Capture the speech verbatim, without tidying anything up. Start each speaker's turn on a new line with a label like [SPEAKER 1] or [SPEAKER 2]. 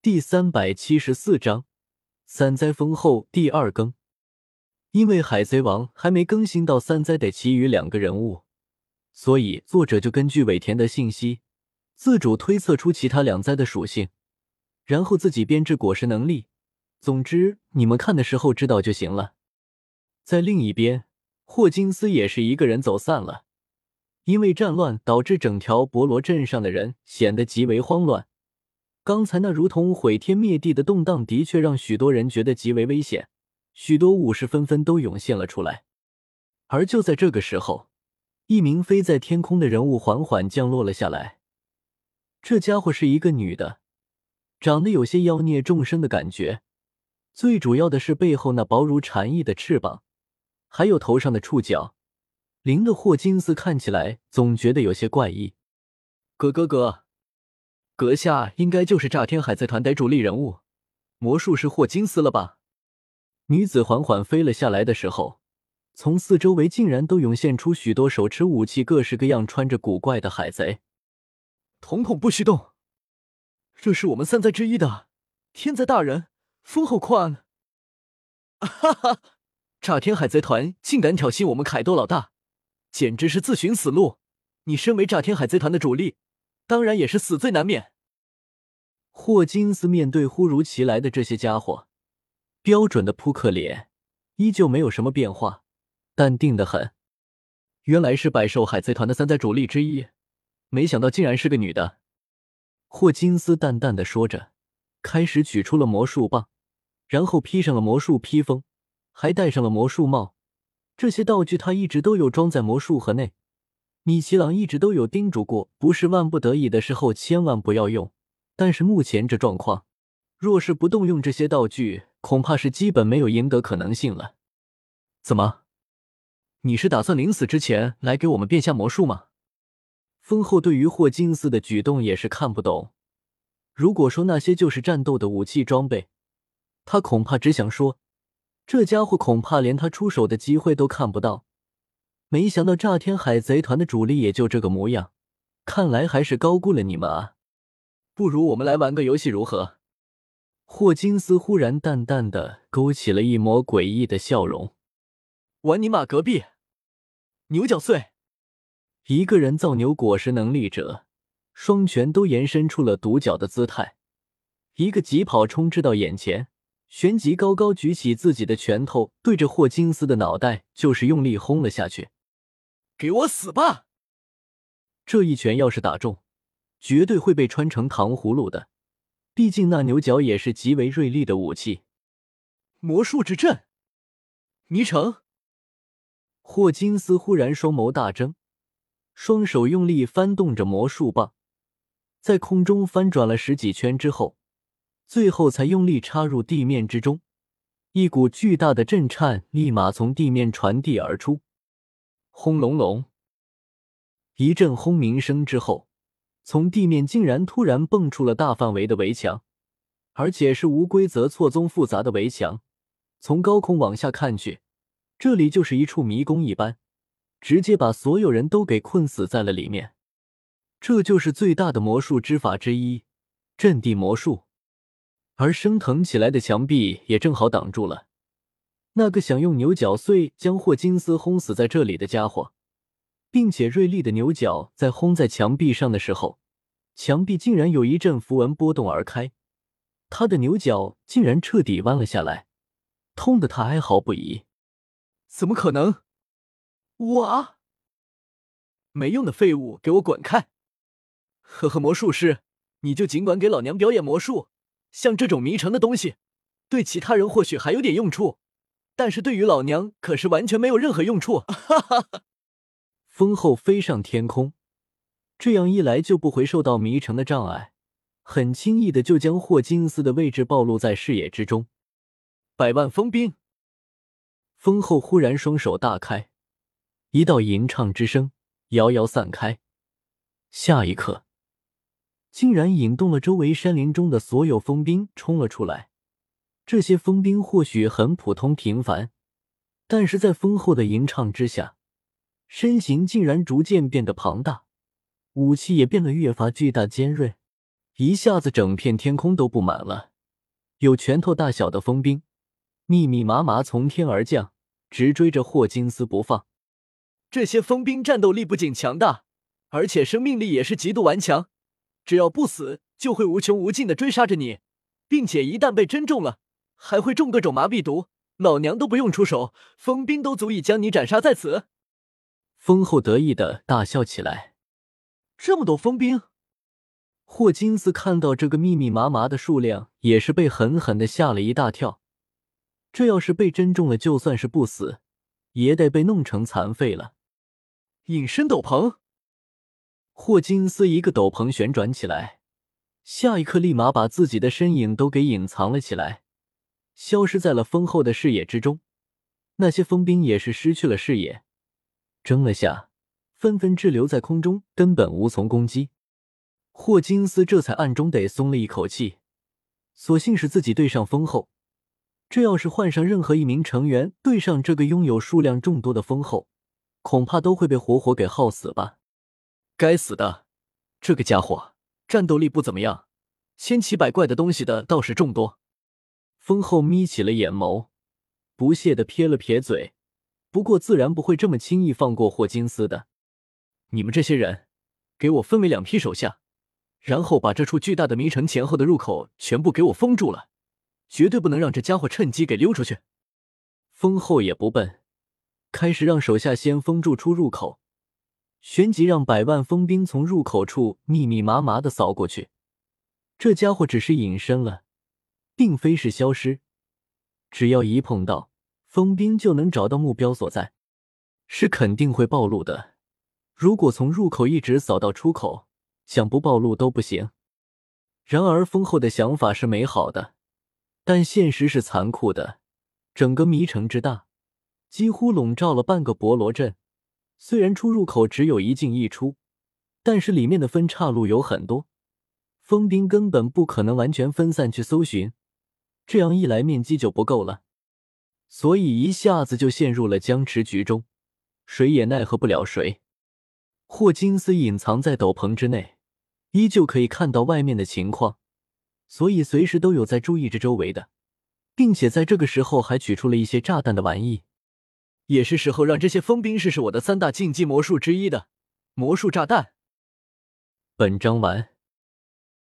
[SPEAKER 1] 第三百七十四章三灾封后第二更。因为海贼王还没更新到三灾的其余两个人物，所以作者就根据尾田的信息自主推测出其他两灾的属性，然后自己编制果实能力。总之你们看的时候知道就行了。在另一边，霍金斯也是一个人走散了，因为战乱导致整条博罗镇上的人显得极为慌乱。刚才那如同毁天灭地的动荡的确让许多人觉得极为危险，许多武士纷纷都涌现了出来。而就在这个时候，一名飞在天空的人物缓缓降落了下来。这家伙是一个女的，长得有些妖孽众生的感觉，最主要的是背后那薄如蝉翼的翅膀，还有头上的触角，令的霍金斯看起来总觉得有些怪异。咯咯咯，阁下应该就是炸天海贼团的主力人物魔术师霍金斯了吧？女子缓缓飞了下来的时候，从四周围竟然都涌现出许多手持武器各式各样穿着古怪的海贼。统统不许动，这是我们三灾之一的天灾大人封后矿案。哈哈，炸天海贼团竟敢挑衅我们凯多老大，简直是自寻死路。你身为炸天海贼团的主力，当然也是死罪难免。霍金斯面对忽如其来的这些家伙，标准的扑克脸依旧没有什么变化，淡定得很。原来是百兽海贼团的三灾主力之一，没想到竟然是个女的。霍金斯淡淡地说着，开始取出了魔术棒，然后披上了魔术披风，还戴上了魔术帽。这些道具他一直都有装在魔术盒内，米奇朗一直都有叮嘱过，不是万不得已的时候千万不要用，但是目前这状况，若是不动用这些道具，恐怕是基本没有赢得可能性了。怎么？你是打算临死之前来给我们变下魔术吗？风后对于霍金斯的举动也是看不懂。如果说那些就是战斗的武器装备，他恐怕只想说，这家伙恐怕连他出手的机会都看不到。没想到炸天海贼团的主力也就这个模样，看来还是高估了你们啊。不如我们来玩个游戏如何？霍金斯忽然淡淡的勾起了一抹诡异的笑容。玩你妈隔壁！牛角碎！一个人造牛果实能力者，双拳都延伸出了独角的姿态，一个疾跑冲至到眼前，旋即高高举起自己的拳头，对着霍金斯的脑袋就是用力轰了下去。给我死吧！这一拳要是打中，绝对会被穿成糖葫芦的，毕竟那牛角也是极为锐利的武器。魔术之阵，迷城！霍金斯忽然双眸大睁，双手用力翻动着魔术棒，在空中翻转了十几圈之后，最后才用力插入地面之中，一股巨大的震颤立马从地面传递而出。轰隆隆，一阵轰鸣声之后，从地面竟然突然蹦出了大范围的围墙，而且是无规则错综复杂的围墙。从高空往下看去，这里就是一处迷宫一般，直接把所有人都给困死在了里面。这就是最大的魔术之法之一，阵地魔术。而升腾起来的墙壁也正好挡住了那个想用牛角碎将霍金斯轰死在这里的家伙，并且锐利的牛角在轰在墙壁上的时候，墙壁竟然有一阵符文波动而开，他的牛角竟然彻底弯了下来，痛得他哀嚎不已。怎么可能？哇！没用的废物，给我滚开！呵呵，魔术师，你就尽管给老娘表演魔术，像这种迷城的东西，对其他人或许还有点用处，但是对于老娘可是完全没有任何用处。哈哈哈！风后飞上天空，这样一来就不会受到迷城的障碍，很轻易的就将霍金斯的位置暴露在视野之中。百万风兵！风后忽然双手大开，一道吟唱之声遥遥散开，下一刻竟然引动了周围山林中的所有风兵冲了出来。这些风兵或许很普通平凡，但是在风后的吟唱之下，身形竟然逐渐变得庞大，武器也变得越发巨大尖锐， 一下子整片天空都布满了，有拳头大小的风兵，密密麻麻从天而降，直追着霍金斯不放。
[SPEAKER 2] 这些风兵战斗力不仅强大，而且生命力也是极度顽强，只要不死，就会无穷无尽的追杀着你，并且一旦被针中了，还会中各种麻痹毒，老娘都不用出手，风兵都足以将你斩杀在此。
[SPEAKER 1] 风后得意的大笑起来。
[SPEAKER 2] 这么多风兵！
[SPEAKER 1] 霍金斯看到这个密密麻麻的数量，也是被狠狠的吓了一大跳。这要是被针中了，就算是不死，也得被弄成残废了。
[SPEAKER 2] 隐身斗篷！
[SPEAKER 1] 霍金斯一个斗篷旋转起来，下一刻立马把自己的身影都给隐藏了起来，消失在了风后的视野之中。那些风兵也是失去了视野，怔了下，纷纷滞留在空中，根本无从攻击。霍金斯这才暗中得松了一口气，所幸是自己对上风后，这要是换上任何一名成员对上这个拥有数量众多的风后，恐怕都会被活活给耗死吧。
[SPEAKER 2] 该死的，这个家伙战斗力不怎么样，千奇百怪的东西的倒是众多。
[SPEAKER 1] 风后眯起了眼眸，不屑地撇了撇嘴，不过自然不会这么轻易放过霍金斯的。
[SPEAKER 2] 你们这些人，给我分为两批手下，然后把这处巨大的迷城前后的入口全部给我封住了，绝对不能让这家伙趁机给溜出去。
[SPEAKER 1] 风后也不笨，开始让手下先封住出入口，旋即让百万风兵从入口处密密麻麻地扫过去。这家伙只是隐身了，并非是消失，只要一碰到，风兵就能找到目标所在，是肯定会暴露的。如果从入口一直扫到出口，想不暴露都不行。然而风后的想法是美好的，但现实是残酷的。整个迷城之大，几乎笼罩了半个博罗镇。虽然出入口只有一进一出，但是里面的分岔路有很多，风兵根本不可能完全分散去搜寻，这样一来面积就不够了，所以一下子就陷入了僵持局中，谁也奈何不了谁。霍金斯隐藏在斗篷之内，依旧可以看到外面的情况，所以随时都有在注意着周围的，并且在这个时候还取出了一些炸弹的玩意。
[SPEAKER 2] 也是时候让这些风兵试试我的三大禁忌魔术之一的魔术炸弹。
[SPEAKER 1] 本章完。